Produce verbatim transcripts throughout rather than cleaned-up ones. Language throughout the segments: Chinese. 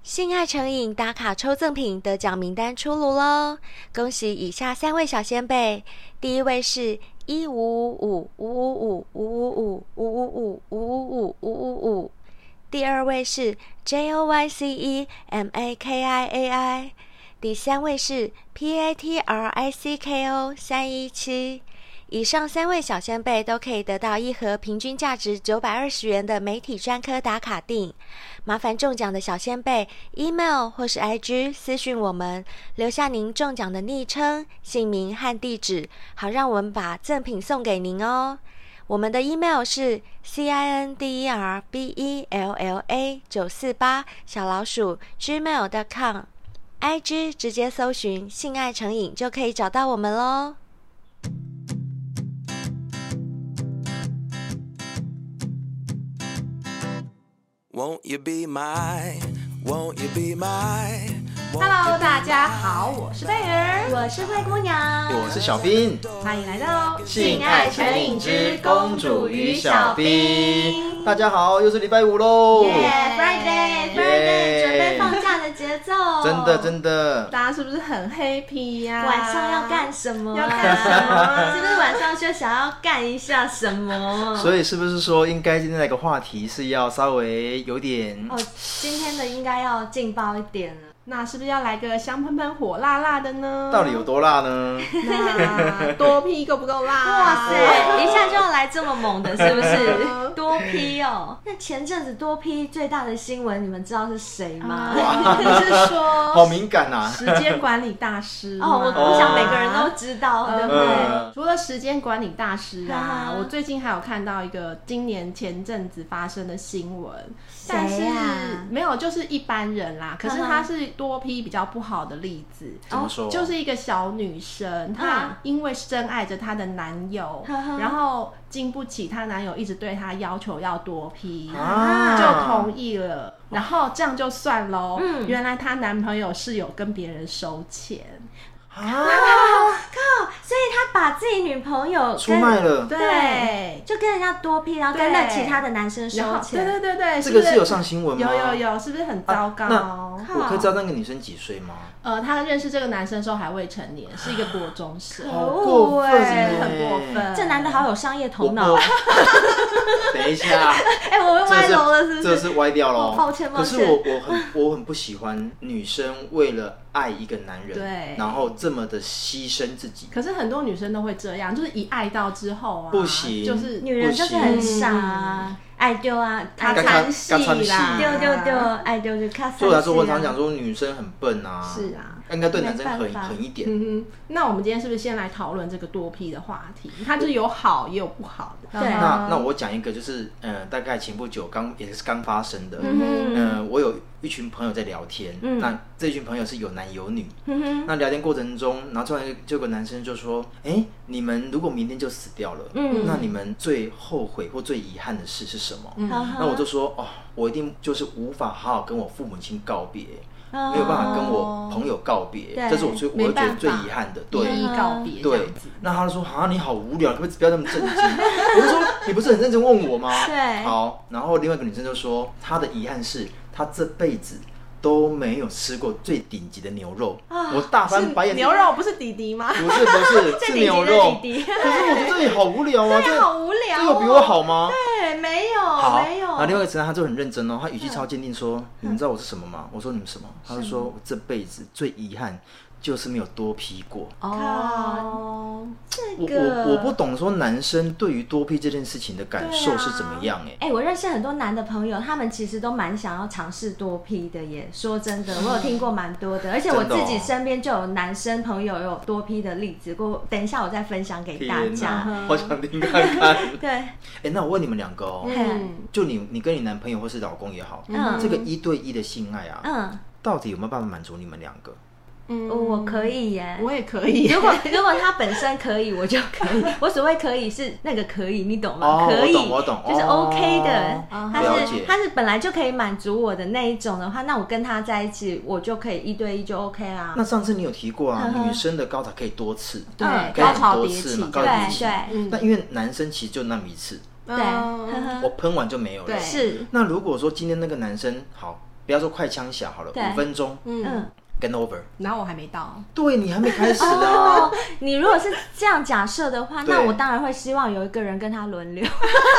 性爱成瘾打卡抽赠品得奖名单出炉喽！恭喜以下三位小先辈，第一位是一五五五五五五五五五五五五五五五五，第二位是 J O Y C E M A K I A I， 第三位是 P A T R I C K O 三一七。以上三位小先辈都可以得到一盒平均价值九百二十元的媒体专科打卡锭。麻烦中奖的小先辈 email 或是 I G 私讯我们，留下您中奖的昵称、姓名和地址，好让我们把赠品送给您哦。我们的 email 是 c i n d e r b e l l a 九四八 小老鼠 gmail dot com，I G 直接搜寻性爱成瘾就可以找到我们咯。 Won't you be my, won't you be my Hello， 大家好，我是贝儿， 我是灰姑娘， 我是小兵， 欢迎来到性爱成瘾之公主与小兵。大家好，又是礼拜五喽！ 耶、yeah, Friday Friday， 准备放假的节奏， 真的真的， 大家是不是很 happy 呀、啊？ 晚上要干什么、啊？ 要干什么？ 是不是晚上就想要干一下什么？ 所以是不是说，应该今天那个话题是要稍微有点…… 哦，今天的应该要劲爆一点了。 那是不是要来个香喷喷火辣辣的呢？ 到底有多辣呢？ 那多批够不够辣？ 哇塞，一下就要来这么猛的，是不是？多批哦。那前阵子多批最大的新闻，你们知道是谁吗？ 哇，你是说好敏感啊！ 时间管理大师哦，我我想每个人都知道，对不对？ 嗯、除了时间管理大师啊，我最近还有看到一个今年前阵子发生的新闻，但是没有，就是一般人啦。可是他是多批比较不好的例子， 怎么说？ 就是一个小女生，她因为深爱着她的男友，嗯、然后经不起她男友一直对她要求要多批，啊、就同意了。然后这样就算咯，嗯、原来她男朋友是有跟别人收钱。 啊！靠！所以他把自己女朋友出卖了， 对， 就跟人家多批，然后跟那其他的男生收钱。 对对对对， 这个是有上新闻吗？ 有有有，是不是很糟糕？ 啊、那我可以知道那个女生几岁吗？ 呃，她认识这个男生的时候还未成年，是一个国中生。 好过分， 很过分。 这男的好有商业头脑。 等一下， 哎、欸，我又歪楼了，是不是？ 这是歪掉了。 抱歉抱歉。 可是我我很我很不喜欢女生为了爱一个男人， 对， 然后这么的牺牲自己。 可是很多女生都会这样，就是一爱到之后啊， 不行， 就是女人就是很傻、啊，爱丢啊， 她参戏啦， 丢丢丢，爱丢就卡。 所以来说，我常讲说女生很笨啊， 是啊， 应该对男生狠狠一点。 嗯哼，那我们今天是不是先来讨论这个多批的话题？它就是有好也有不好的。 对， 那那我讲一个，就是呃，大概前不久刚也是刚发生的。 嗯哼， 呃，我有一群朋友在聊天，嗯、那这群朋友是有男有女。嗯哼，那聊天过程中，然后突然就有个男生就说：“哎、欸，你们如果明天就死掉了，嗯，那你们最后悔或最遗憾的事是什么？”嗯，那我就说：“哦，我一定就是无法好好跟我父母亲告别。”没有办法跟我朋友告别，这是我最我会觉得最遗憾的。对， 一一告别。 对，那他就说啊，你好无聊，可不可以不要那么震惊？我就说你不是很认真问我吗？ 对。 好，然后另外一个女生就说，她的遗憾是她这辈子都没有吃过最顶级的牛肉。啊、我大翻白眼。 牛肉不是弟弟吗？ 不是不是，是牛肉。可是我觉得这里好无聊啊， 这好无聊、哦。 这有比我好吗？ 对，没有， 好没有。 然后另外一个陈他就很认真哦，他语气超坚定说：“嗯、你们知道我是什么吗？”我说：“你们什么？”他就说：“我这辈子最遗憾就是没有多批过。” 哦，这个我我我不懂说男生对于多批这件事情的感受是怎么样哎、欸。 哎、欸，我认识很多男的朋友，他们其实都蛮想要尝试多批的耶。说真的，我有听过蛮多的，而且我自己身边就有男生朋友有多批的例子。过等一下我再分享给大家。 好想听看看。 对。哎、 欸，那我问你们两个哦，嗯、就你你跟你男朋友或是老公也好，嗯、这个一对一的性爱啊，嗯，到底有没有办法满足你们两个？ 嗯，我可以耶， 我也可以。 如果如果他本身可以，我就可以。我所谓可以是那个可以，你懂吗？ 哦、 可以， 我懂，我懂， 就是 OK 的。 哦、 他是他是本来就可以满足我的那一种的话，那我跟他在一起，我就可以一对一就 OK 啊。 那上次你有提过啊，女生的高潮可以多次， 对， 高潮多次嘛， 高潮迭起。对对。那因为男生其实就那么一次， 对， 我喷完就没有了。 是。 那如果说今天那个男生好。 不要说快枪响好了，五分钟，嗯。Game over， 然后我还没到， 对你还没开始呢、 哦。你如果是这样假设的话，那我当然会希望有一个人跟他轮流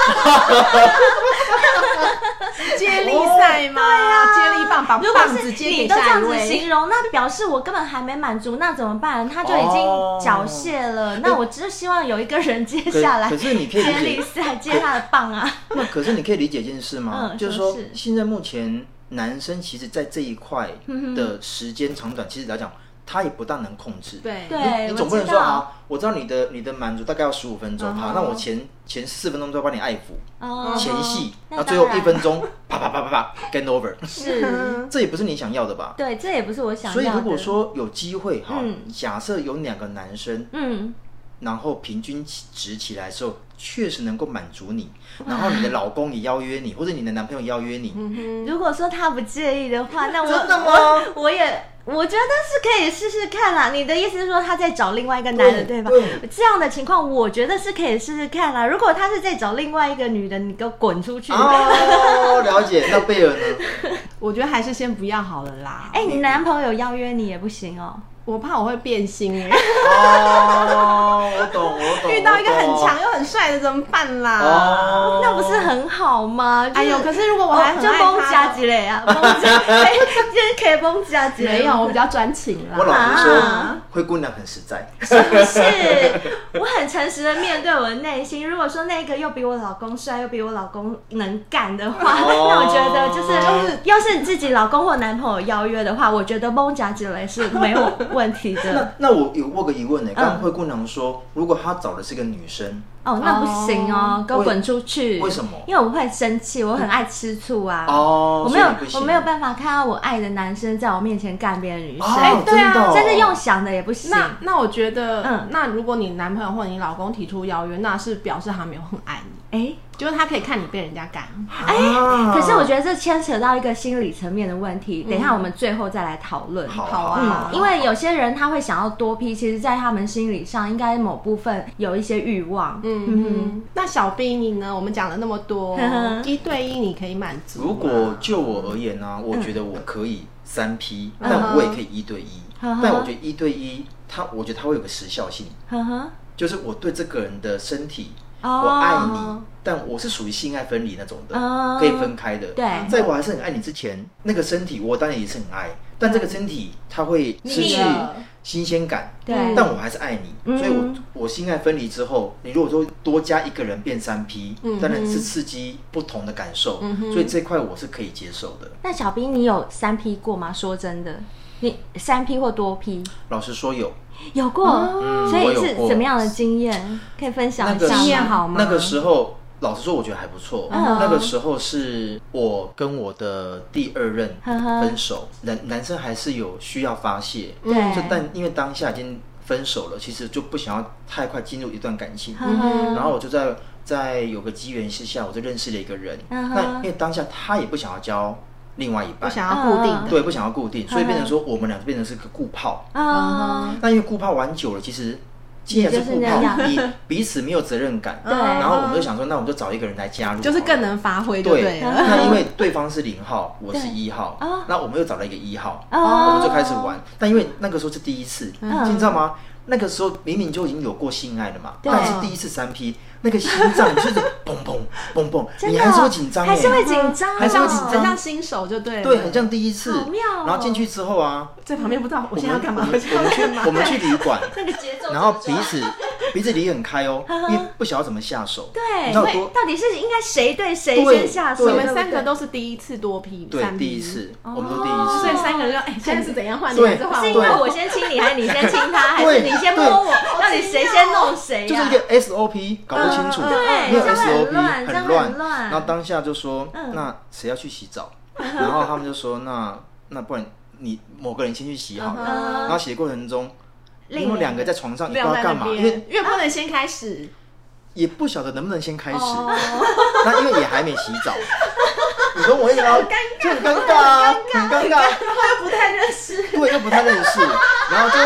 接力赛吗？对呀、啊，接力棒把棒子接给下一位。 如果是你都这样子形容，那表示我根本还没满足，那怎么办？他就已经缴械了，哦、那我只是希望有一个人接下来。 可是你可以接力赛接他的棒啊。 那可是你可以理解一件事吗？ 嗯、 就是说现在目前。男生其实，在这一块的时间长短，其实来讲，他也不大能控制。 对对， 你总不能说好，我知道你的你的满足大概要十五分钟，好，那我前前四分钟都要帮你爱抚，前戏，然后最后一分钟，啪啪啪啪啪 ，game over。 是， 这也不是你想要的吧？ 对，这也不是我想要的。 所以如果说有机会，哈，假设有两个男生，嗯，然后平均值起来的时候。确实能够满足你，然后你的老公也邀约你，或者你的男朋友邀约你。 嗯、如果说他不介意的话，那我真的吗？ 我我也我觉得是可以试试看啦。你的意思是说他在找另外一个男的， 对, 对吧？对这样的情况，我觉得是可以试试看啦。如果他是在找另外一个女的，你给我滚出去！ 哦，了解。那贝尔呢？ 我觉得还是先不要好了啦。 哎、欸，你男朋友邀约你也不行哦。 我怕我会变心哎、 欸。哦，我懂，我懂。 遇到一个很强又很帅的怎么办啦？ 哦，那不是很好吗？就是、 哎呦，可是如果我还很爱他， 就崩加之类啊，崩加，就是可以崩加之类。 没有，我比较专情啦。 我老实说，啊、灰姑娘很实在， 是不是？我很诚实的面对我的内心。如果说那个又比我老公帅，又比我老公能干的话，哦、那我觉得就是就是，要是自己老公或男朋友邀约的话，我觉得崩加之类是没有问题的。 那那我有问个疑问呢、欸，刚刚灰姑娘说，嗯、如果她找的是个女生， 哦，那不行哦，给我滚出去！ 为什么？ 因为我会生气，我很爱吃醋啊。 哦， 我没有，我没有办法看到我爱的男生在我面前干别的女生。 哎、哦，对啊， 甚至用想的也不行。 那那我觉得，嗯，那如果你男朋友或者你老公提出邀约，那是表示他没有很爱你。哎、欸，就是他可以看你被人家干。 哎、欸，可是我觉得这牵扯到一个心理层面的问题。等一下我们最后再来讨论。 好啊、 嗯，因为有些人他会想要多批，其实在他们心理上应该某部分有一些欲望。嗯嗯哼。那小兵你呢？我们讲了那么多，一对一你可以满足。 如果就我而言呢、啊，我觉得我可以三 P，、嗯、但我也可以一对一。嗯、但我觉得一对一，它我觉得它会有个时效性，嗯、就是我对这个人的身体。哦、我爱你，但我是属于性爱分离那种的，哦、可以分开的。 对， 在我还是很爱你之前，那个身体我当然也是很爱，但这个身体它会失去新鲜感。对，但我还是爱你，嗯、所以我我性爱分离之后，你如果说多加一个人变三 P，、嗯、当然是刺激不同的感受，嗯、所以这块我是可以接受的。 那小兵，你有三 P 过吗？说真的，你三 P 或多 P？ 老实说有。 有过、嗯，所以是怎么样的经验？可以分享一下。 经验好吗？ 那个时候，老实说，我觉得还不错。嗯、那个时候是我跟我的第二任分手，男男生还是有需要发泄，对，就但因为当下已经分手了，其实就不想要太快进入一段感情。嗯、然后我就在在有个机缘之下，我就认识了一个人。嗯、但因为当下他也不想要交。另外一半不想要固定的， 对，不想要固定，所以变成说我们俩变成是个固炮。啊，那因为固炮玩久了，其实既然是固炮，彼彼此没有责任感，对。然后我们就想说，那我们就找一个人来加入， 就是更能发挥，对。 那因为对方是零号，我是一号，那我们又找了一个一号，我们就开始玩。但因为那个时候是第一次，你知道吗？那个时候明明就已经有过性爱了嘛，但是第一次三 P。那个心脏就是砰砰砰砰，你还是会紧张， 还是会紧张， 还是会紧张，很像新手就对了， 对，很像第一次。 好妙哦！ 然后进去之后啊， 在旁边不知道我现在要干嘛， 我们去我们去旅馆， 那个节奏， 然后彼此彼此离很开哦，因为不晓得怎么下手。 对，到底是应该谁对谁先下手？ 你们三个都是第一次多 P， 对，第一次，我们都第一次， 所以三个人就哎，现在是怎样换你还是换我？ 是因为我先亲你，还是你先亲他，还是你先摸我？到底谁先弄谁？ 就是一个 S O P 搞不清楚。 对。 没有 S O P， 很乱， 然后当下就说，嗯、那谁要去洗澡？然后他们就说，那那不然你某个人先去洗好了。嗯、然后洗的过程中，因为两个在床上，你不知道干嘛，因为因为不能先开始， 也不晓得能不能先开始。哦、那因为也还没洗澡，你跟我一样，就很尴尬啊，很尴尬， 又不太认识， 对，又不太认识，然后就。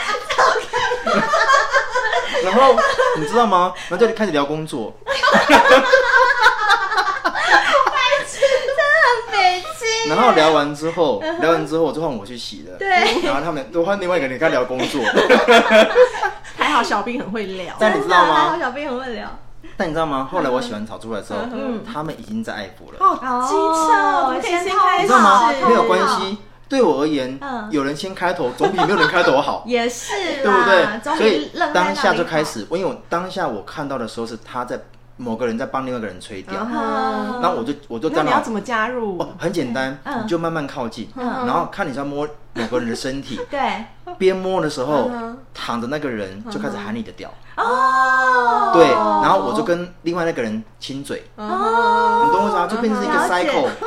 然后你知道吗？然后就开始聊工作， 白痴，真的很北京。 然后聊完之后，聊完之后就换我去洗了。 对， 然后他们都换另外一个人跟他聊工作。 还好小兵很会聊， 但你知道还好吗？ 小兵很会聊。 但你知道吗？后来我洗完澡出来之后， 嗯他们已经在爱抚了。 哦，机车，怎么可以先开始？ 你知道吗？ 好没有关系。对我而言， 嗯有人先开头总比没有人开头好。 也是啦， 对不对？ 总所以比愣在那里当下就好开始，因为我当下我看到的时候是他在某个人在帮另外一个人吹掉， 嗯然后我就我就那在那你要怎么加入？ 哦，很简单， 嗯你就慢慢靠近，然后看你是要摸某个人的身体， 对边摸的时候嗯， 躺着那个人就开始喊你的调， 哦， 对，然后我就跟另外那个人亲嘴， 哦， 你懂我意思吗？就变成一个了解 cycle。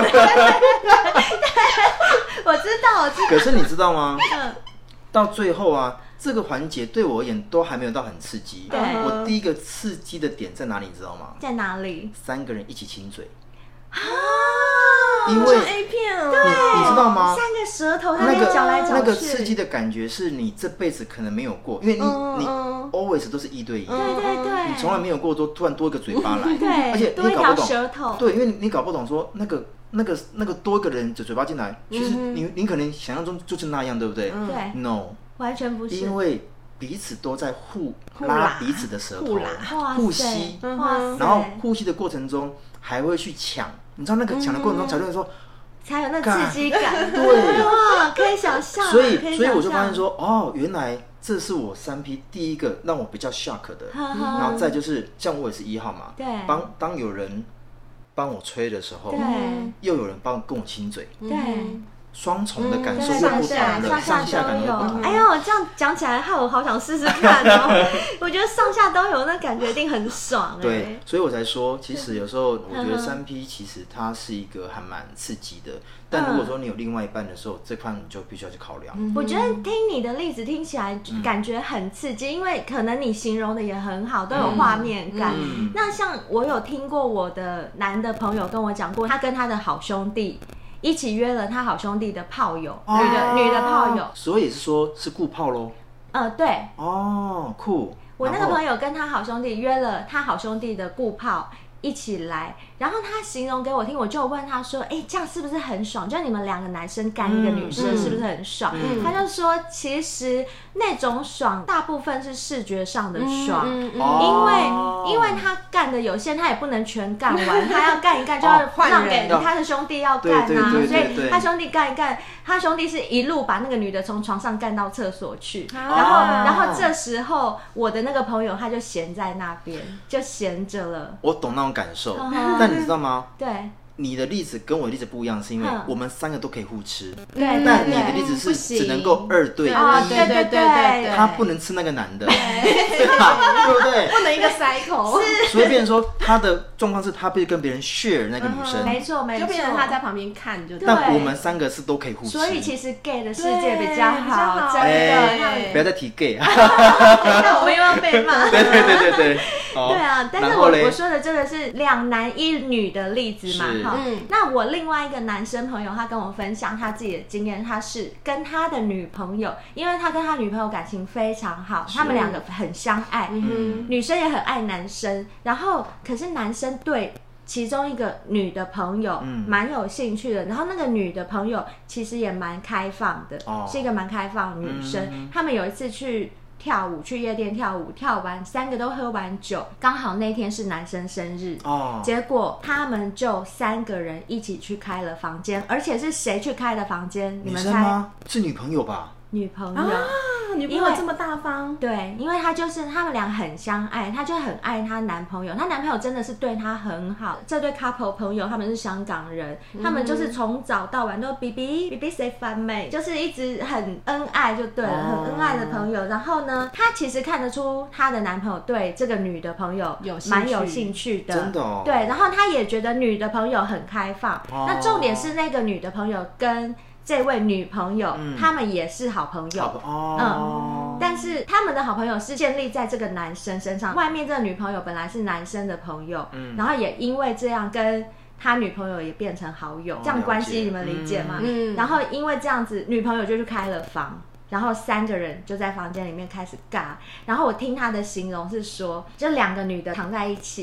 我知道，我知道， 可是你知道吗？ 嗯到最后啊，这个环节对我而言都还没有到很刺激。 对我第一个刺激的点在哪里，你知道吗？ 在哪里？ 三个人一起亲嘴， 啊， 因为像 A 片哦， 你你知道吗？ 三个舌头在那那个边搅来搅去， 那个刺激的感觉是你这辈子可能没有过，因为你你嗯嗯 always 都是一对一， 对对对， 你从来没有过多突然多一个嘴巴来， 对， 而且多一条你搞不懂， 舌头， 对，因为你搞不懂说那个那个那个多一个人的嘴巴进来，其实你你可能想象中就是那样，对不对对， ？No， 完全不是， 因为彼此都在互互拉拉彼此的舌头互拉， 哇塞互吸， 哇塞， 然后呼吸的过程中还会去抢，你知道那个抢的过程中，才会说。 才有那刺激感， 对哇，可以想象， 所以可， 所以我就想象， 发现说，哦，原来这是我三 P 第一个让我比较 shock 的。 呵呵然后再就是，像我也是一号嘛， 对当当有人帮我吹的时候， 对又有人帮跟我亲嘴， 对。 双重的感受对， 又不上下同了， 上上下下都有感觉不同。。 哎呦，这样讲起来，害我好想试试看哦。我觉得上下都有，那感觉一定很爽哎。 对，所以我才说，其实有时候我觉得嗯哼三 P 其实它是一个还蛮刺激的，但如果说你有另外一半的时候，这块你就必须要去考量。 我觉得听你的例子听起来感觉很刺激，因为可能你形容的也很好，都有画面感。 嗯那像我有听过我的男的朋友跟我讲过，他跟他的好兄弟一起约了他好兄弟的炮友， 哦女的女的炮友。 所以也是说是顾炮喽。 呃，对， 哦，酷。 我那个然后朋友跟他好兄弟约了他好兄弟的顾炮一起来，然后他形容给我听，我就问他说：“哎，这样是不是很爽？就你们两个男生干一个女生， 嗯是不是很爽？” 嗯他就说：“其实那种爽，大部分是视觉上的爽。 嗯嗯哦因为因为他干的有限，他也不能全干完，他要干一干就要换让给人他的兄弟要干啊， 对对对对所以对他兄弟干一干，他兄弟是一路把那个女的从床上干到厕所去， 啊然后然后这时候我的那个朋友他就闲在那边，就闲着了。 我懂那种感受嗯，哼但你知道吗？ 对你的例子跟我的例子不一样，是因为嗯我们三个都可以互吃， 对但你的对例子是不行只能够二对一， 啊，对对对对对对他不能吃那个男的，对吧？对不对？ 不能一个 cycle， 所以变成说他的状况是他必须跟别人 share 那个女生， 没错没错， 就变成他在旁边看就对。 但我们三个是都可以互吃。 所以其实 gay 的世界对比较比较好， 好真的。 哎他们不要再提 gay 啊！ 那我们又要被骂。 对对对对对，好对啊，但是然后嘞我我说的这个是两男一女的例子嘛， 是哈。 嗯那我另外一个男生朋友，他跟我分享他自己的经验，他是跟他的女朋友，因为他跟他女朋友感情非常好，他们两个很相爱， 嗯女生也很爱男生，然后可是男生对其中一个女的朋友嗯蛮有兴趣的，然后那个女的朋友其实也蛮开放的， 哦是一个蛮开放的女生。 嗯他们有一次去跳舞，去夜店跳舞，跳完三个都喝完酒，刚好那天是男生生日。 哦， 结果他们就三个人一起去开了房间，而且是谁去开的房间？你女们猜？ 生吗？是女朋友吧？ 女朋友。 啊，女朋友这么大方， 对，因为她就是他们俩很相爱，她就很爱她男朋友，她男朋友真的是对她很好。这对 couple 朋友他们是香港人，他们就是从早到晚都比比比比谁翻妹，就是一直很恩爱就对了， 哦很恩爱的朋友。然后呢，她其实看得出她的男朋友对这个女的朋友有兴趣蛮有兴趣的， 真的哦对，然后她也觉得女的朋友很开放。 哦那重点是那个女的朋友跟这位女朋友， 嗯他们也是好朋友。 好吧哦， 嗯但是他们的好朋友是建立在这个男生身上，外面这个女朋友本来是男生的朋友， 嗯然后也因为这样跟他女朋友也变成好友， 哦这样关了解系你们理解吗？ 嗯然后因为这样子，女朋友就去开了房。然后三个人就在房间里面开始尬，然后我听他的形容是说，就两个女的躺在一起，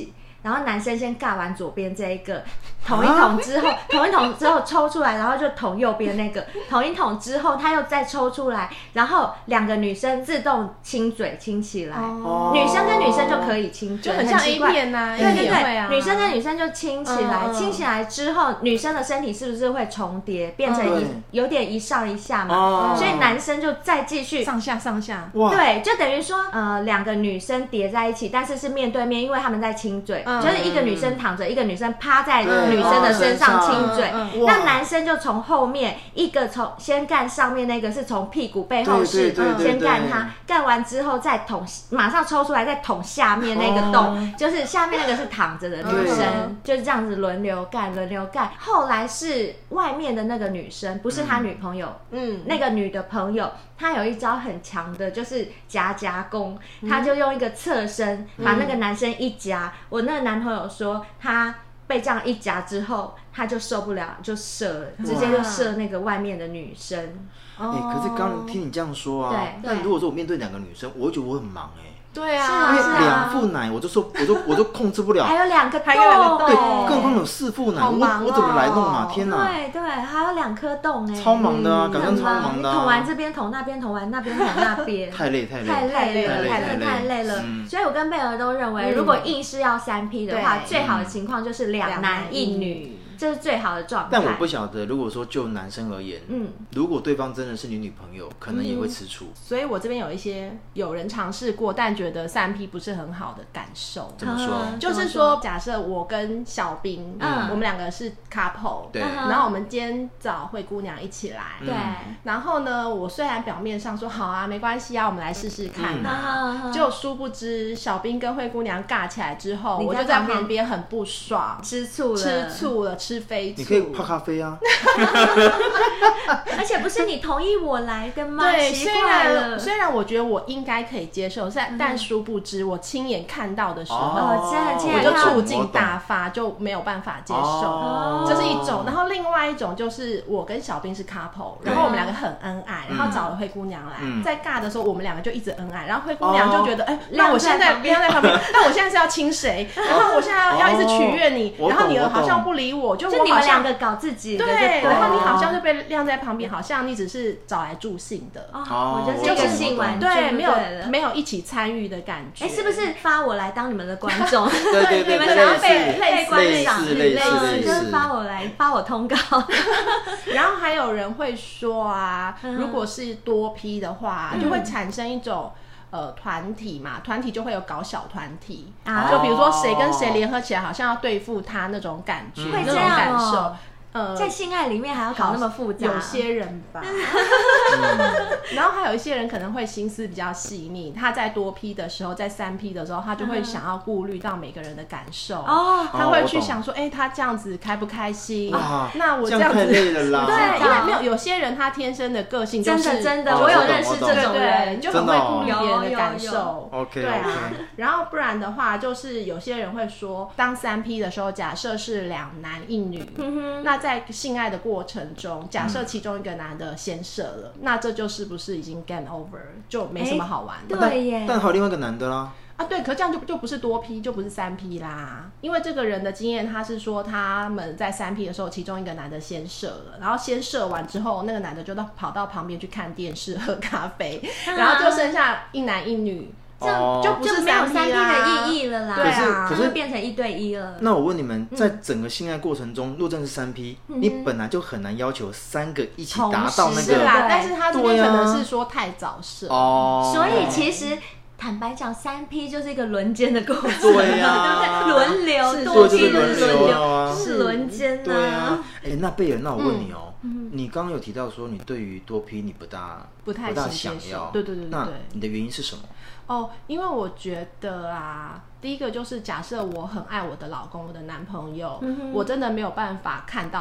然后男生先尬完左边这一个，捅一捅之后，捅一捅之后抽出来，然后就捅右边那个，捅一捅之后他又再抽出来，然后两个女生自动亲嘴亲起来，哦、女生跟女生就可以亲嘴， 就很像 A 片呐、啊， 对对对， 啊、 女生跟女生就亲起来，亲、嗯、起来之后，女生的身体是不是会重叠，变成一、嗯、有点一上一下嘛？哦、所以男生就再继续上下上下， 对，就等于说呃两个女生叠在一起，但是是面对面，因为他们在亲嘴，嗯、就是一个女生躺着，一个女生趴在女生的身上亲嘴，嗯、那男生就从后面一个从先干上面那个是从屁股背后式先干他，干完之后再捅，马上抽出来再捅下面那个洞，哦、就是下面那个是躺着的女生，就是这样子轮流干轮流干。后来是外面的那个女生，不是他女朋友，嗯，那个女的朋友，她有一招很强的，就是夹夹功，她就用一个侧身把那个男生一夹。我那个男朋友说他被这样一夹之后，他就受不了，就射了，直接就射那个外面的女生。 哎、欸，可是刚听你这样说啊，那如果说我面对两个女生，我会觉得我很忙哎、欸。 对啊， 因为两副奶，我就说，我就我就控制不了。 还有两个洞， 还有两个洞， 对，更何况有四副奶， 哦、 我我怎么来弄啊？天哪！ 对对，还有两颗洞哎， 超忙的啊，感觉超忙的、啊。 捅完这边，捅那边，捅完那边，捅那边， 太累太累太累了，太累太累了。嗯、所以我跟贝儿都认为，如果硬是要三 P 的话，最好的情况就是两男一女。这是最好的状态。 但我不晓得，如果说就男生而言，嗯，如果对方真的是你女朋友，可能也会吃醋。 嗯、所以我这边有一些有人尝试过，但觉得三 P 不是很好的感受。 怎么说？ 就是说，假设我跟小兵，嗯，我们两个是 couple， 对，然后我们今天找灰姑娘一起来， 对， 然后呢，我虽然表面上说好啊，没关系啊，我们来试试看啊，就殊不知小兵跟灰姑娘尬起来之后，我就在旁边很不爽， 吃醋了， 吃醋了。吃飞醋， 你可以泡咖啡啊。 而且不是你同意我来的吗？ 对， 奇怪了。 虽然我觉得我应该可以接受，但、嗯、但殊不知我亲眼看到的时候， 哦、 我就触景大发，就没有办法接受。哦、这是一种，然后另外一种就是我跟小兵是 couple， 然后我们两个很恩爱，然后找了灰姑娘来，嗯、在尬的时候我们两个就一直恩爱，然后灰姑娘就觉得，哎、哦欸，那我现在不要在旁边，那我现在是要亲谁？然后我现在要、哦、要一直取悦你，然后你好像不理我。就, 就你们两个搞自己的， 对，然后你好像就被晾在旁边，好像你只是找来助兴的， 哦，我就是一个性玩具， 对，没有没有一起参与的感觉。 哎，是不是发我来当你们的观众？ 对对对， 你们想要被被观赏， 类似就是发我来发我通告。 然后还有人会说啊，如果是多 P 的话，就会产生一种。呃，团体嘛，团体就会有搞小团体，啊、就比如说谁跟谁联合起来，好像要对付他那种感觉， 会、嗯、 那种感受。 呃，在性爱里面还要搞那么复杂， 有些人吧。嗯、然后还有一些人可能会心思比较细腻，他在多 P 的时候，在三 P 的时候，他就会想要顾虑到每个人的感受。哦，他会去想说，哎、欸，他这样子开不开心？啊、那我这样子， 太累了啦。 对，因为没有有些人他天生的个性就是真的真的，我有认识这种人， 就很会顾虑别人的感受。 OK， 对啊。然后不然的话，就是有些人会说，当三 P 的时候，假设是两男一女，嗯、那在性爱的过程中，假设其中一个男的先射了，嗯、那这就是不是已经 game over， 就没什么好玩的。 欸、对耶。 但还有另外一个男的啦。 啊，对，可是这样就就不是多 P， 就不是三 P 啦。因为这个人的经验，他是说他们在三 P 的时候，其中一个男的先射了，然后先射完之后，那个男的就到跑到旁边去看电视、喝咖啡，啊、然后就剩下一男一女。这样就不是没有三 P 的意义了啦， 对啊， 可是变成一对一了。 那我问你们，在整个性爱过程中，若真是三 P，、嗯、你本来就很难要求三个一起达到那个。 是啦，但是他这边可能是说太早射哦， 所以其实。坦白讲，三 P 就是一个轮奸的过程， 对呀、啊， 对不对？轮流， 多 P 是轮流啊， 是轮奸啊。 对啊，哎、欸，那贝尔，那我问你哦、喔，嗯、你刚刚有提到说你对于多 P 你不大不太不大想要， 对对对对， 那你的原因是什么？ 哦，因为我觉得啊，第一个就是假设我很爱我的老公，我的男朋友，嗯、我真的没有办法看到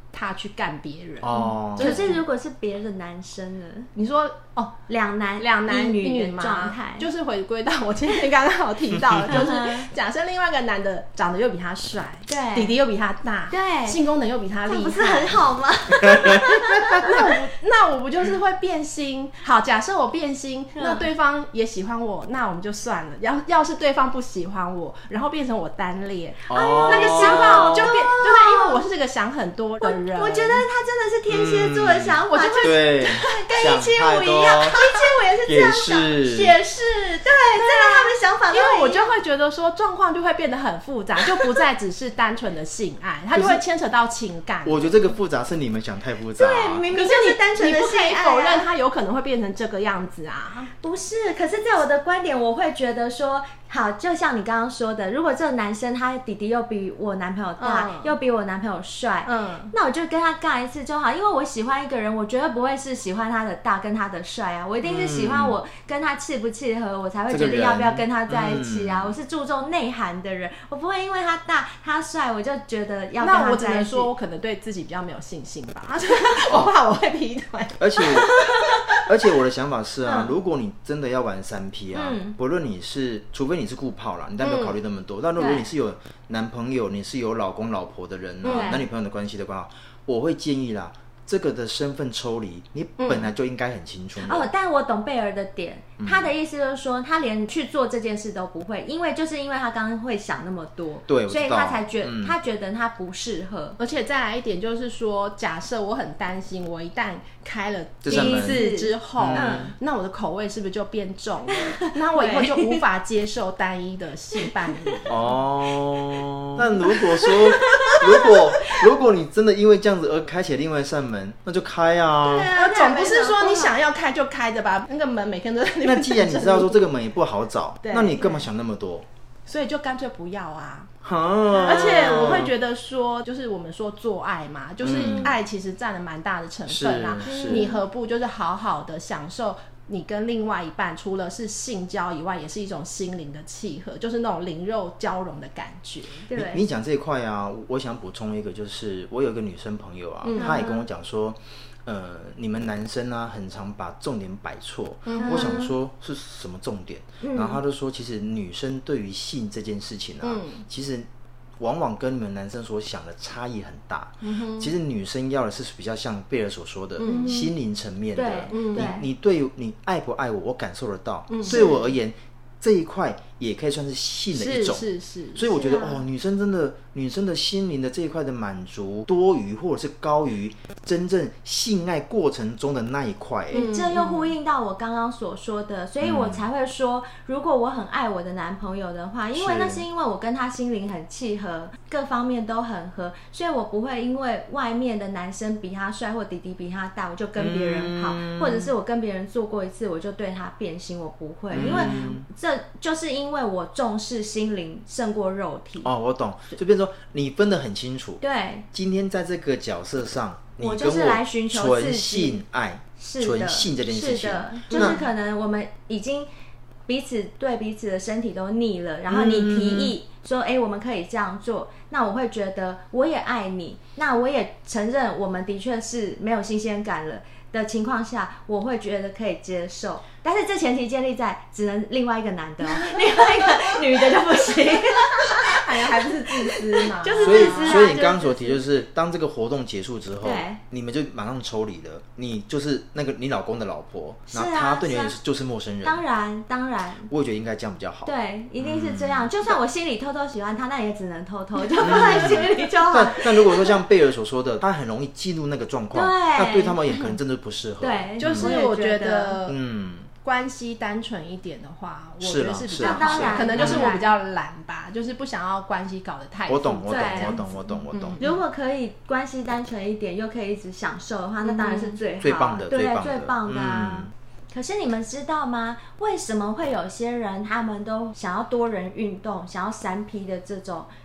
他去干别人。 哦， 可是如果是别的男生呢？ 你说哦， 两男两男一女的嘛状态， 就是回归到我今天刚刚有提到的，就是假设另外一个男的长得又比他帅， 对， 弟弟又比他大， 对， 性功能又比他厉害， 不是很好吗？ 那我那我不就是会变心？好，假设我变心，那对方也喜欢我，那我们就算了。要要是对方不喜欢我，然后变成我单恋， 哦， 那个想法就变，就是因为我是这个想很多的人， 我觉得他真的是天蝎座的想法， 我就会对， 跟一七五一样，一七五也是这样想，也是，对，真的他们想法都因为我就会觉得说状况就会变得很复杂，就不再只是单纯的性爱，它就会牵扯到情感。 我觉得这个复杂是你们想太复杂， 对，明明就是单纯的性爱， 你不可以否认它有可能会变成这个样子啊。 不是，可是在我的观点，我会觉得说，好，就像你刚刚说的，如果这个男生他弟弟又比我男朋友大，嗯、又比我男朋友帅，嗯，那我就跟他干一次就好，因为我喜欢一个人，我绝对不会是喜欢他的大跟他的帅啊，我一定是喜欢我跟他契不契合，我才会决定要不要跟他在一起啊。嗯、我是注重内涵的人，我不会因为他大他帅，我就觉得要跟他在一起。 那我只能说，我可能对自己比较没有信心吧，我怕我会劈腿。 而且而且我的想法是啊，嗯、如果你真的要玩三 P 啊，嗯、不论你是，除非你是顾炮啦，你但没有考虑那么多。嗯、但如果你是有男朋友，你是有老公老婆的人啊，男女朋友的关系的话，我会建议啦。这个的身份抽离，你本来就应该很清楚、 嗯、哦。但我懂贝儿的点，嗯、他的意思就是说，他连去做这件事都不会，因为就是因为他刚刚会想那么多， 对， 所以他才觉得、嗯、他觉得他不适合。 而且再来一点就是说，假设我很担心，我一旦开了第一次之后，嗯、那我的口味是不是就变重了？那我以后就无法接受单一的性伴侣。 哦，那如果说，如果如果你真的因为这样子而开启另外一扇门，那就开啊！ 对啊，总不是说你想要开就开的吧？那个门每天都在那边。 那既然你知道说这个门也不好找，那你干嘛想那么多？ 所以就干脆不要啊！而且我会觉得说，就是我们说做爱嘛，就是爱其实占了蛮大的成分啊。嗯、你何不就是好好的享受？你跟另外一半除了是性交以外，也是一种心灵的契合，就是那种灵肉交融的感觉。 对， 你讲这一块啊，我想补充一个，就是我有一个女生朋友啊，嗯、她也跟我讲说，呃，你们男生啊，很常把重点摆错。嗯、我想说是什么重点？嗯、然后她就说，其实女生对于性这件事情啊，嗯、其实。往往跟你们男生所想的差异很大。嗯、其实女生要的是比较像贝尔所说的、嗯、心灵层面的。嗯、你你对你爱不爱我，我感受得到。嗯、对我而言，这一块也可以算是性的一种。 是是是。 所以我觉得、啊、哦，女生真的女生的心灵的这一块的满足多于或者是高于真正性爱过程中的那一块。 嗯、这又呼应到我刚刚所说的，所以我才会说，如果我很爱我的男朋友的话，因为那是因为我跟他心灵很契合，各方面都很合，所以我不会因为外面的男生比他帅或弟弟比他大，我就跟别人好，嗯、或者是我跟别人做过一次，我就对他变心，我不会，嗯、因为这就是因为我重视心灵胜过肉体。 哦，我懂，就变成说你分得很清楚。 对， 今天在这个角色上，你跟我就是来寻求纯性爱，纯性这件事情， 是的，就是可能我们已经彼此对彼此的身体都腻了，然后你提议说，哎、嗯欸，我们可以这样做，那我会觉得我也爱你，那我也承认我们的确是没有新鲜感了的情况下，我会觉得可以接受。但是这前提建立在只能另外一个男的、哦，另外一个女的就不行。 哎呀，还不是自私嘛？ 就是自私、 啊。所以，所以你刚刚所提就是，当这个活动结束之后，你们就马上抽离了。你就是那个你老公的老婆，那、啊、他对你就是陌生人。 当然，当然。 我也觉得应该这样比较好。 对，一定是这样。嗯、就算我心里偷偷喜欢他，那也只能偷偷，就放在心里就好。 但但如果说像贝尔所说的，他很容易进入那个状况，那对他们也可能真的不适合。 对， 就是我觉得，嗯。关系单纯一点的话，我觉得是比较好的，可能就是我比较懒吧，就是不想要关系搞得太复杂。 我懂，我懂，我懂，我懂，我懂。 如果可以关系单纯一点，又可以一直享受的话，那当然是最好、 最棒的， 对对， 最棒的啊。嗯、可是你们知道吗？为什么会有些人他们都想要多人运动，想要三 P 的这种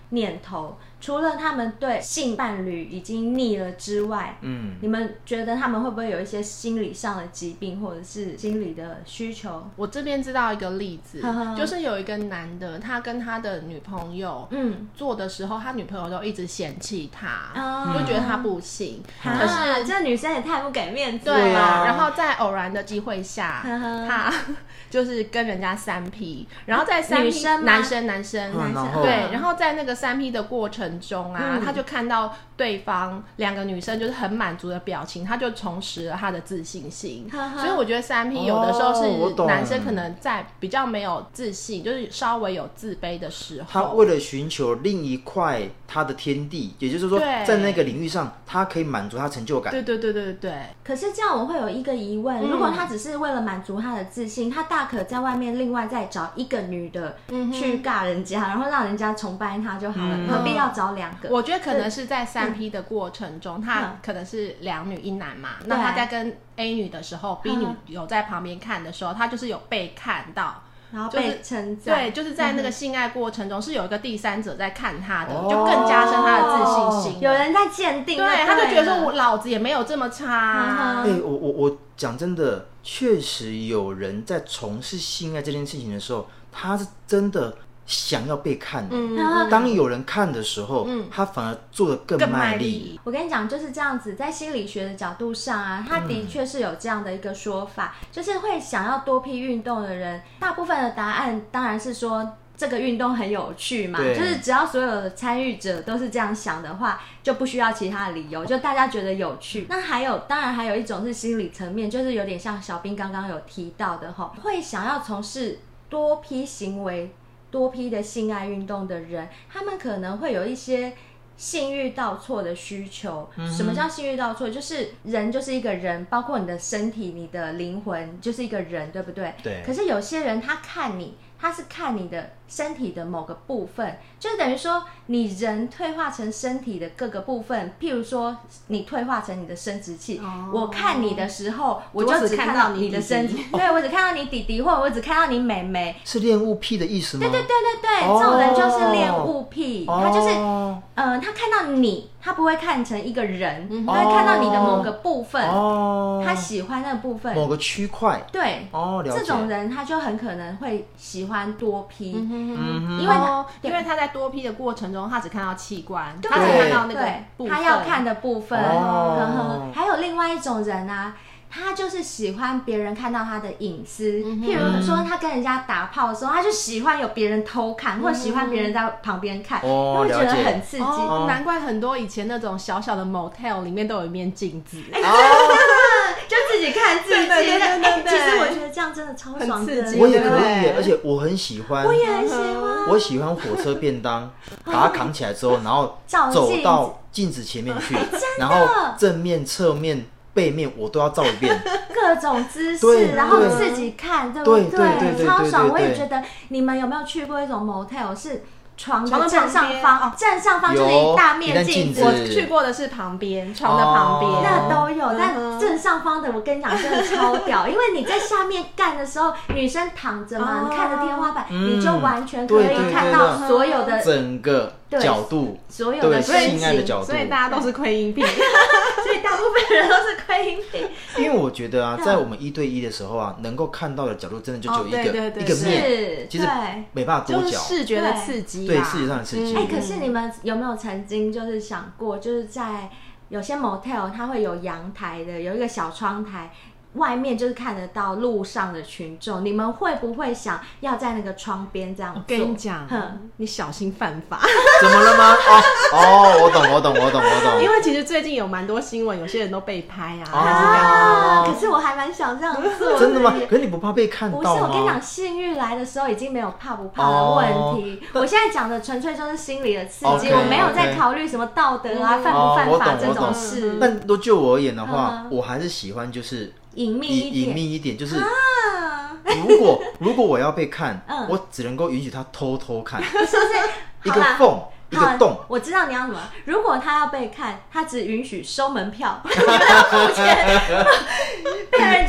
念头，除了他们对性伴侣已经腻了之外，嗯，你们觉得他们会不会有一些心理上的疾病或者是心理的需求？ 我这边知道一个例子，就是有一个男的，他跟他的女朋友嗯做的时候，他女朋友都一直嫌弃他，嗯、就觉得他不行。 嗯、可是这女生也太不给面子了。 对啊，然后在偶然的机会下，他就是跟人家三 P， 然后在三 P 女生男生男生男生对，然后在那个三 P 的过程中啊，嗯、他就看到对方两个女生就是很满足的表情，他就重拾了他的自信心。所以我觉得三 P 有的时候是男生可能在比较没有自信，就是稍微有自卑的时候， 他为了寻求另一块他的天地，也就是说在那个领域上他可以满足他成就感。 对对对对对。 可是这样我会有一个疑问，嗯、如果他只是为了满足他的自信，他大可在外面另外再找一个女的去尬人家，嗯、然后让人家崇拜他就好了，嗯、何必要找两个？ 我觉得可能是在三 P 的过程中，嗯、他可能是两女一男嘛，嗯、那他在跟 A 女的时候，嗯、，B 女有在旁边看的时候，他就是有被看到。 然后被称赞， 对，就是在那个性爱过程中，嗯、是有一个第三者在看他的，哦、就更加深他的自信心。 有人在鉴定， 对，他就觉得说我老子也没有这么差。 哎、嗯欸，我我我讲真的，确实有人在从事性爱这件事情的时候，他是真的想要被看的。嗯、当有人看的时候，嗯、他反而做得更卖力。 我跟你讲，就是这样子，在心理学的角度上啊，他的确是有这样的一个说法，嗯、就是会想要多批运动的人，大部分的答案当然是说这个运动很有趣嘛，就是只要所有的参与者都是这样想的话，就不需要其他的理由，就大家觉得有趣。那还有，当然还有一种是心理层面，就是有点像小兵刚刚有提到的齁，会想要从事多批行为。多批的性爱运动的人，他们可能会有一些性欲倒错的需求。嗯、什么叫性欲倒错？就是人就是一个人，包括你的身体、你的灵魂就是一个人，对不对？ 对。 可是有些人他看你，他是看你的身体的某个部分，就等于说你人退化成身体的各个部分，譬如说你退化成你的生殖器，哦、我看你的时候，我就只看到你的身体，对，我只看到你弟弟，或者我只看到你妹妹。 是恋物癖的意思吗？ 对对对对对，哦、这种人就是恋物癖，哦、他就是，呃，他看到你，他不会看成一个人，嗯、他会看到你的某个部分，哦、他喜欢那个部分， 某个区块。 对， 哦，了解。 这种人他就很可能会喜欢多批， 嗯、因为他、哦、因为他在多批的过程中，他只看到器官，他只看到那个部分， 他要看的部分。哦、呵呵还有另外一种人啊，他就是喜欢别人看到他的隐私，嗯、譬如说他跟人家打炮的时候，他就喜欢有别人偷看，嗯、或者喜欢别人在旁边看， 哦、 会觉得很刺激。 哦、难怪很多以前那种小小的 motel 里面都有一面镜子。 哦就自己看自己，对对对对对。其实我觉得这样真的超爽的， 我也可以，而且我很喜欢， 我也很喜欢。 我喜欢火车便当，把它扛起来之后，然后走到镜子前面去，然后正面、侧面、背面我都要照一遍， 各种姿势，然后自己看，对不对？超爽！我也觉得，你们有没有去过一种 motel 是？床的正上方，哦、正上方就是一大面镜子。 我去过的是旁边，床的旁边， 那都有。嗯、但正上方的，我跟你讲，真的超屌，因为你在下面干的时候，女生躺着嘛，哦、你看着天花板，嗯、你就完全可以看到所有的整个角度， 所有的性爱的角度， 所以大家都是窥阴癖， 所以大部分人都是窥阴癖。 因为我觉得啊，在我们一对一的时候啊，能够看到的角度真的就只有一个、哦、对对对一个面，其实没办法多角， 就是视觉的刺激。 对，视觉上的刺激。 哎、嗯欸，可是你们有没有曾经就是想过，就是在有些 motel 它会有阳台的，有一个小窗台，外面就是看得到路上的群众，你们会不会想要在那个窗边这样做？ 我跟你讲，你小心犯法。 怎么了吗？哦哦，我懂，我懂，我懂，我懂。 因为其实最近有蛮多新闻，有些人都被拍啊。 啊，可是我还蛮想这样做。 真的吗？可是你不怕被看到吗？ 不是，我跟你讲，性欲来的时候已经没有怕不怕的问题。哦、我现在讲的纯粹就是心理的刺激， okay, 我没有在考虑什么道德啊、嗯、犯不犯法这种事。 但都就我而言的话，嗯、我还是喜欢就是隐秘一点， 隐秘一点，就是。啊如果如果我要被看，嗯、我只能够允许他偷偷看， 是不是？ 一个缝。一个洞， 我知道你要什么。如果他要被看，他只允许收门票，不要付钱。被人去那边给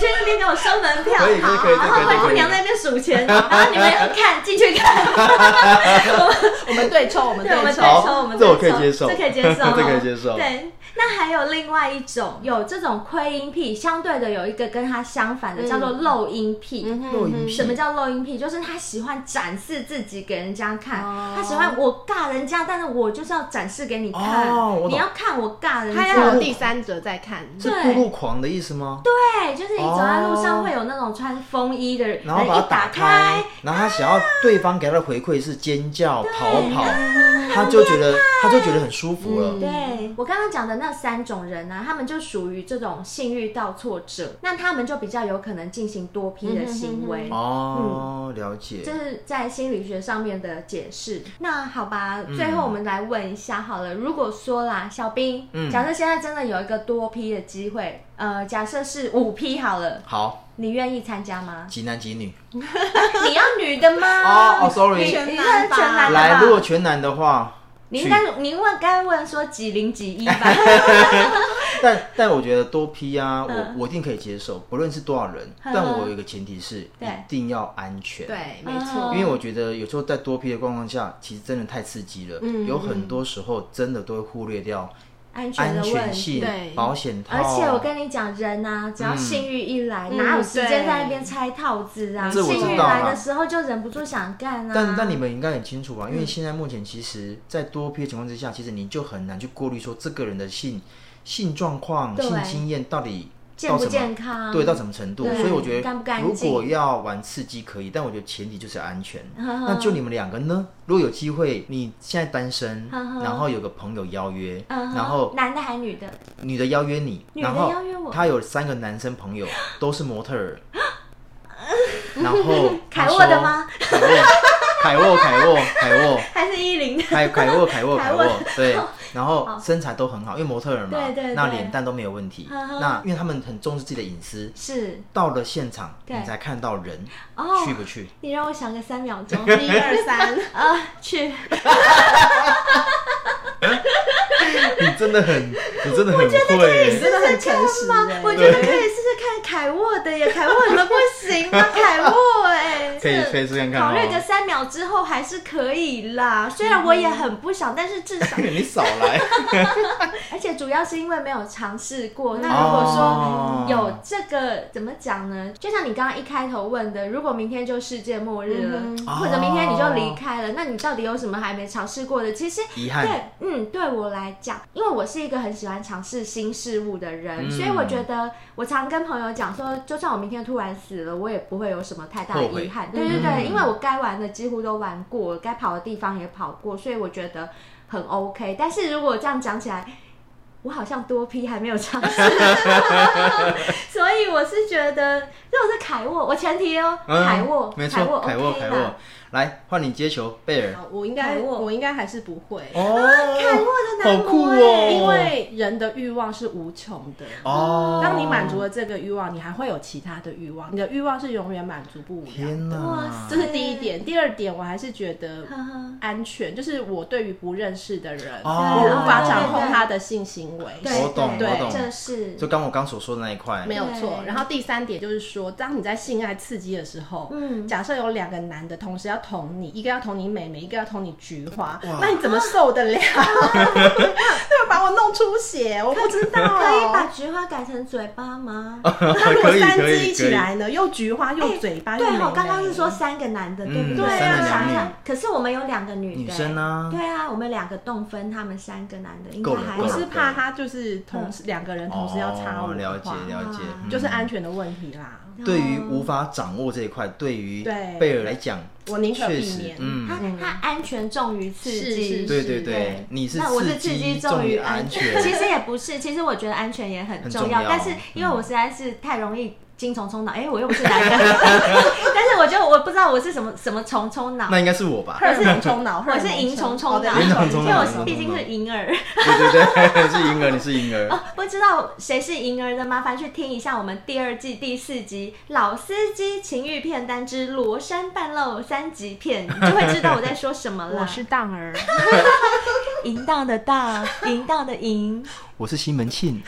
我收门票， 可以可以可以， 然后灰姑娘在那边数钱，然后你们看进去看， 我们对抽，我们对抽， 我们这我可以接受， 这可以接受， 这可以接受。 对，那还有另外一种，有这种窥阴癖，相对的有一个跟他相反的，叫做露阴癖。 露阴癖， 什么叫露阴癖？就是他喜欢展示自己给人家看，他喜欢我尬人家，但是我就是要展示给你看，你要看我尬人家， 他要有第三者在看， 是步路狂的意思吗？ 对，就是你走在路上会有那种穿风衣的人， 然后把它打开，然后他想要对方给他的回馈是尖叫、逃跑，他就觉得他就觉得很舒服了。 对，我刚刚讲的那三种人呢，他们就属于这种性欲倒错者，那他们就比较有可能进行多批的行为。 哦，了解， 这是在心理学上面的解释。那好吧，最后我们来问一下好了，如果说啦，小兵，假设现在真的有一个多批的机会，呃，假设是五批好了， 好， 你愿意参加吗？ 几男几女？ 你要女的吗？ 哦哦 ，sorry， 你你是全男的吧？ 来，如果全男的话， 你应该您问该问说几零几一吧。 但但我觉得多批啊，我我一定可以接受，不论是多少人，但我有一个前提是一定要安全。 对，没错。 因为我觉得有时候在多批的状况下，其实真的太刺激了，有很多时候真的都会忽略掉安全的问题， 对， 保险套。 而且我跟你讲，人啊，只要性欲一来，哪有时间在那边拆套子啊？性欲来的时候就忍不住想干啊。 但但你们应该很清楚吧？因为现在目前其实，在多批的情况之下，其实你就很难去过滤说这个人的性性状况、性经验到底健不健康， 对，到什么程度？所以我觉得， 干不干如果要玩刺激可以，但我觉得前提就是安全。那就你们两个呢？如果有机会，你现在单身，然后有个朋友邀约，然后男的还女的？ 女的邀约你， 然后他有三个男生朋友，都是模特儿，然后凯沃的吗？ 凯沃，凯沃，凯沃， 还是一零的？ 凯凯沃，凯沃，凯沃，对。然后身材都很好，因为模特儿嘛， 对对对， 那脸蛋都没有问题。那因为他们很重视自己的隐私， 是到了现场你才看到人，去不去？ 你让我想个三秒钟， 一二三， 啊，去！ 你真的很，你真的很会， 你真的很诚实哎！我觉得可以试试看凯沃的耶，凯沃你们不行吗？凯沃哎， 可以可以试看看， 考虑个三秒之后还是可以啦。虽然我也很不想，但是至少你少来。 而且主要是因为没有尝试过。那如果说有这个怎么讲呢？就像你刚刚一开头问的，如果明天就世界末日了，或者明天你就离开了，那你到底有什么还没尝试过的？其实遗憾， 对，嗯，对我来讲，因为我是一个很喜欢尝试新事物的人，所以我觉得我常跟朋友讲说，就算我明天突然死了，我也不会有什么太大的遗憾。对对对，因为我该玩的几乎都玩过，该跑的地方也跑过，所以我觉得很 OK。但是如果这样讲起来，我好像多批还没有尝试，所以我是觉得，如果是凯沃，我前提哦，凯沃， 没错，凯沃，凯沃。来换你接球，贝尔。 我应该，我应该还是不会。 哦，凯沃的男模， 好酷哦！ 因为人的欲望是无穷的。哦。当你满足了这个欲望，你还会有其他的欲望，你的欲望是永远满足不了的。 天哪！ 这是第一点。第二点，我还是觉得安全，就是我对于不认识的人，我无法掌控他的性行为。 我懂，我懂， 这是就刚我刚所说的那一块， 没有错。然后第三点就是说，当你在性爱刺激的时候，嗯，假设有两个男的同时要捅你，一个要捅你美眉，一个要捅你菊花，那你怎么受得了？他会把我弄出血，我不知道。 可以把菊花改成嘴巴吗？ 那如果三只一起来呢？又菊花又嘴巴又美眉。 对，我刚刚是说三个男的，对不对？ 对啊， 想想，可是我们有两个女的， 女生啊。 对啊，我们两个洞分，他们三个男的，应该还。 我是怕他就是同时两个人同时要插我的话， 了解了解， 就是安全的问题啦。 对于无法掌握这一块，对于贝尔来讲， 我宁可避免。 嗯，他他安全重于刺激， 对对对，你是那我是刺激重于安全。其实也不是，其实我觉得安全也很重要，但是因为我实在是太容易精虫充脑，哎，我又不是男的，但是我觉得我不知道我是什么什么虫充脑， 那应该是我吧？ 我是萤虫脑， 我是萤虫充脑， 因为我毕竟是银儿。 对对对，是银儿，你是银儿。 哦，不知道谁是银儿的，麻烦去听一下我们第二季第四集《老司机情欲片单之罗山半露三级片》，你就会知道我在说什么了。 我是荡儿， 淫荡的荡，淫荡的淫。 我是西门庆。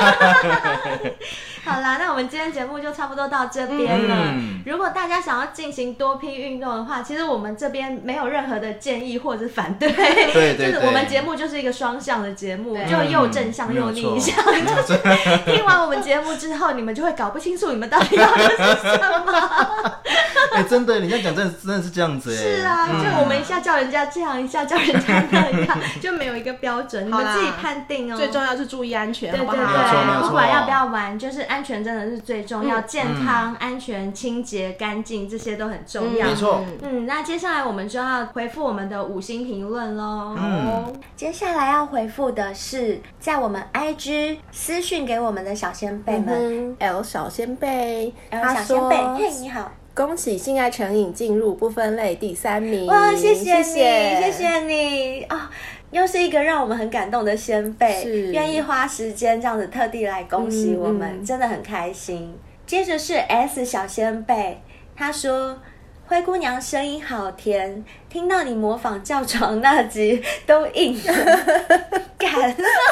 好啦，那我们今天节目就差不多到这边了。 嗯、 如果大家想要进行多批运动的话，其实我们这边没有任何的建议或者反对。 对对对， 就是我们节目就是一个双向的节目，就又正向又逆向。 嗯、 就是听完我们节目之后，你们就会搞不清楚你们到底要的是什么。 哎、欸，真的，你这样讲真的真的是这样子哎。 是啊，嗯、就我们一下叫人家这样，一下叫人家那样，就没有一个标准，你们自己判定哦。 最重要是注意安全， 对对对， 好不好？ 不管要不要玩，就是安全真的是最重要， 嗯、 健康、嗯、安全、清洁、干净这些都很重要。 没错。 嗯，那接下来我们就要回复我们的五星评论喽。嗯，接下来要回复的是在我们 I G 私讯给我们的小仙贝们、 嗯、，L 小仙贝， L 小仙贝，嘿，你好。 恭喜性爱成瘾进入不分类第三名！ 哇，谢谢你，谢谢你啊、哦！又是一个让我们很感动的仙贝，愿意花时间这样子特地来恭喜我们，嗯、真的很开心。接着是 S 小仙贝，他说：“灰姑娘声音好甜，听到你模仿叫床那集都硬了，干。”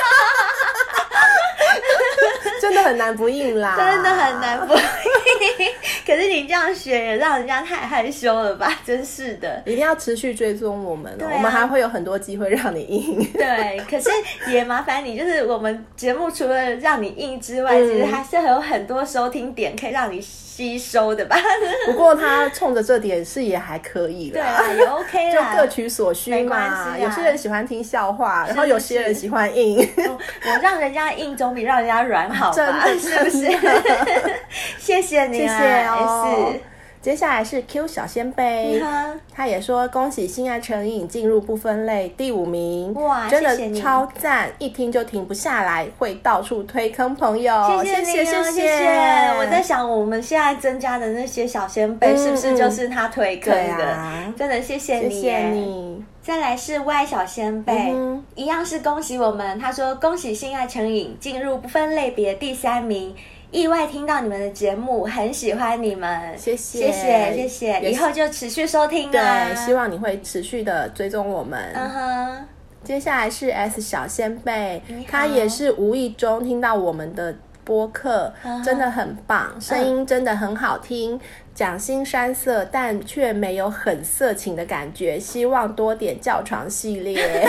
真的很难不硬啦， 真的很难不硬。可是你这样学也让人家太害羞了吧？真是的， 一定要持续追踪我们、哦啊、 我们还会有很多机会让你硬。 对，可是也麻烦你，就是我们节目除了让你硬之外、嗯、其实还是有很多收听点可以让你吸收的吧。 不过他冲着这点是也还可以啦， 对啊，也 OK 啦， 就各取所需嘛。 没关系， 有些人喜欢听笑话，然后有些人喜欢硬。 我, 我让人家硬总比让人家软好吧？ 真的是不是？谢谢你、啊， 谢谢哦。 S 接下来是 Q 小仙贝，嗯、他也说恭喜性爱成瘾进入不分类第五名， 哇， 真的超赞，一听就停不下来，会到处推坑朋友。 谢谢你、哦， 谢谢谢谢谢。我在想，我们现在增加的那些小仙贝，是不是就是他推坑的？ 嗯、 真的谢谢你， 谢谢你。 再来是 Y 小仙贝、嗯，一样是恭喜我们。他说恭喜性爱成瘾进入不分类别第三名。意外听到你们的节目，很喜欢你们， 谢谢谢谢谢谢，以后就持续收听啊。 对，希望你会持续的追踪我们。 嗯哼。 接下来是 S 小仙贝，他也是无意中听到我们的播客，真的很棒，声音真的很好听。讲新山色，但却没有很色情的感觉，希望多点叫床系列。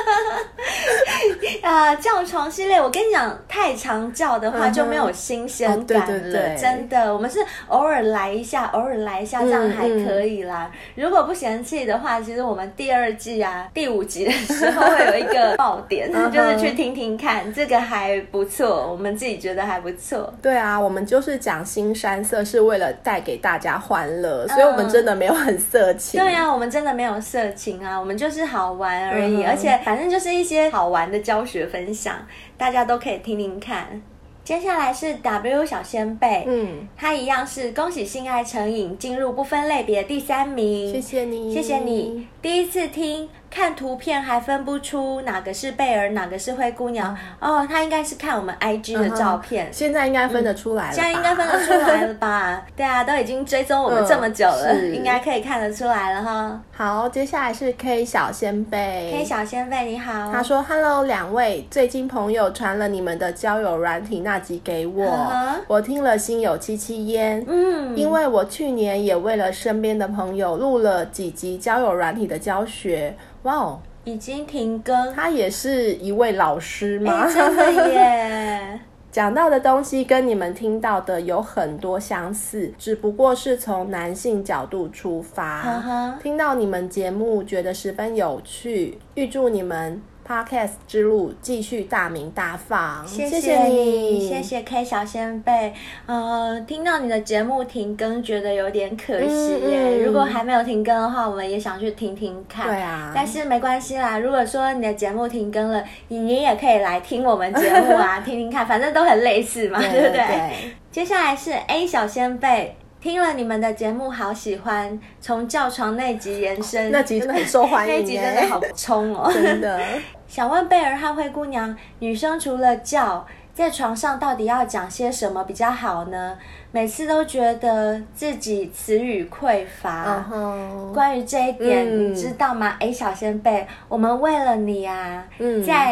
啊，叫床系列，我跟你讲，太常叫的话就没有新鲜感了、嗯哦、对对对，真的。我们是偶尔来一下，偶尔来一下，这样还可以啦、嗯嗯。如果不嫌弃的话，其实我们第二季啊，第五集的时候会有一个爆点，就是去听听看，这个还不错，我们自己觉得还不错。 对啊，我们就是讲新山色，是为了带给大家。大家欢乐，所以我们真的没有很色情、 嗯、对啊，我们真的没有色情啊，我们就是好玩而已、嗯、而且反正就是一些好玩的教学分享，大家都可以听听看。接下来是 W 小仙贝，嗯，他一样是恭喜性爱成瘾进入不分类别第三名， 谢谢你， 谢谢你。第一次听，看图片还分不出哪个是贝儿，哪个是灰姑娘、嗯、哦，他应该是看我们 I G 的照片、 嗯、现在应该分得出来了吧、 嗯、现在应该分得出来了吧对啊，都已经追踪我们这么久了、嗯、应该可以看得出来了哈。 好，接下来是 K 小仙贝 K 小仙贝你好， 他说 Hello 两位，最近朋友传了你们的交友软体那集给我、uh-huh. 我听了心有戚戚焉，嗯，因为我去年也为了身边的朋友录了几集交友软体的教学，哇哦， 已经停更。 他也是一位老师吗？ 欸、真的耶讲到的东西跟你们听到的有很多相似，只不过是从男性角度出发、uh-huh. 听到你们节目觉得十分有趣，预祝你们Podcast 之路继续大名大放， 谢谢你，谢谢 K 小仙贝。呃，听到你的节目停更，觉得有点可惜耶、嗯嗯。如果还没有停更的话，我们也想去听听看。 对啊， 但是没关系啦。如果说你的节目停更了，你也可以来听我们节目啊，听听看，反正都很类似嘛， 对, 对不对？对。接下来是 A 小仙贝。听了你们的节目好喜欢，从叫床那集延伸， 那集真的很受欢迎， 那集真的好冲哦， 真的。 想问贝儿和灰姑娘，女生除了叫，在床上到底要讲些什么比较好呢？每次都觉得自己词语匮乏、uh-huh. 关于这一点、嗯、你知道吗？哎，小仙贝，我们为了你啊、嗯、在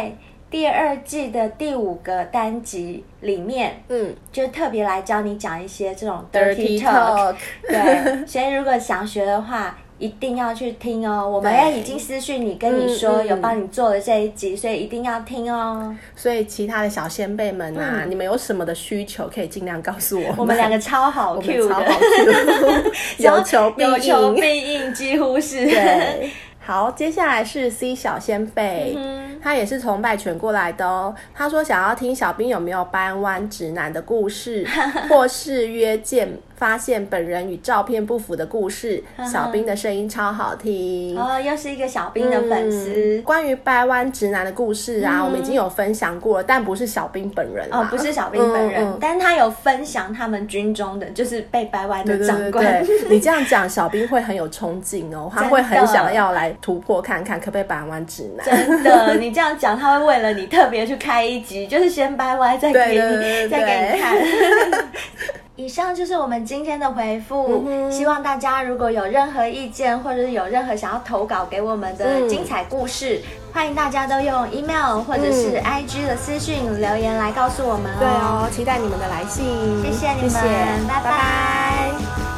第二季的第五个单集里面，嗯，就特别来教你讲一些这种 dirty talk， 对，所以如果想学的话，一定要去听哦。我们也已经私讯你，跟你说、嗯、有帮你做了这一集，所以一定要听哦。 所以其他的小先辈们啊、嗯，你们有什么的需求，可以尽量告诉我们。 我们两个超好 Q 的， 超好 Q 有求必应， 有求必应，几乎是。 对。好，接下来是 C 小先辈、嗯、他也是从拜犬过来的哦。他说想要听小兵有没有掰弯直男的故事或是约见发现本人与照片不符的故事小兵的声音超好听哦，又是一个小兵的粉丝、 嗯、关于掰弯直男的故事啊、嗯、我们已经有分享过了，但不是小兵本人哦，不是小兵本人、嗯嗯、但他有分享他们军中的就是被掰弯的长官。 对对对对你这样讲小兵会很有冲劲哦，他会很想要来突破看看可不可以掰弯直男。 真的你这样讲他会为了你特别去开一集，就是先掰弯再给你， 对对对对再给你看以上就是我们今天的回复、嗯、希望大家如果有任何意见或者是有任何想要投稿给我们的精彩故事、嗯、欢迎大家都用 email 或者是 I G 的私讯留言来告诉我们哦。 对哦，期待你们的来信。 谢谢你们， 谢谢， 拜拜。